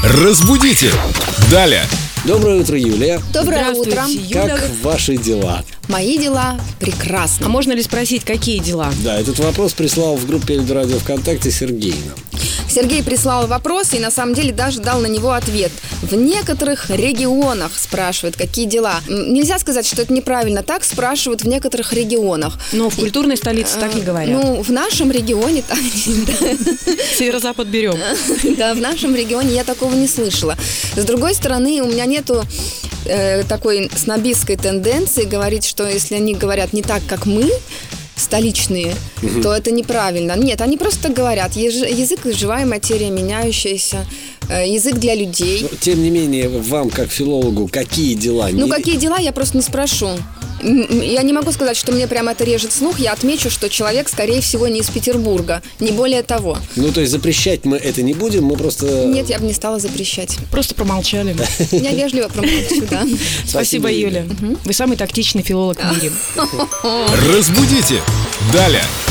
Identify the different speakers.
Speaker 1: Разбудите! Далее!
Speaker 2: Доброе утро, Юлия.
Speaker 3: Доброе утро.
Speaker 4: Здравствуйте, Юля.
Speaker 2: Как ваши дела?
Speaker 3: Мои дела
Speaker 4: А
Speaker 3: прекрасны.
Speaker 4: можно ли спросить, какие дела?
Speaker 2: Да, этот вопрос прислал в группе Эльдорадио ВКонтакте Сергей нам.
Speaker 3: Сергей прислал вопрос и на самом деле даже дал на него ответ. В некоторых регионах спрашивают, какие дела. Нельзя сказать, что это неправильно. Так спрашивают в некоторых регионах.
Speaker 4: Но в культурной столице так не говорят.
Speaker 3: Ну, в нашем регионе так.
Speaker 4: Северо-запад берем.
Speaker 3: Да, в нашем регионе я такого не слышала. С другой стороны, у меня нету такой снобистской тенденции говорить, что если они говорят не так, как мы, столичные, то это неправильно. Нет, они просто так говорят. Язык – живая материя, меняющаяся. Язык для людей.
Speaker 2: Но, тем не менее, вам, как филологу, какие дела?
Speaker 3: Ну, какие дела, я просто не спрошу. Я не могу сказать, что мне прямо это режет слух. Я отмечу, что человек, скорее всего, не из Петербурга. Не более того.
Speaker 2: Ну, то есть запрещать мы это не будем, мы просто...
Speaker 3: Нет, я бы не стала запрещать.
Speaker 4: Просто промолчали.
Speaker 3: Я вежливо промолчу, да.
Speaker 4: Спасибо, Юля. Вы самый тактичный филолог в мире.
Speaker 1: Разбудите! Далее!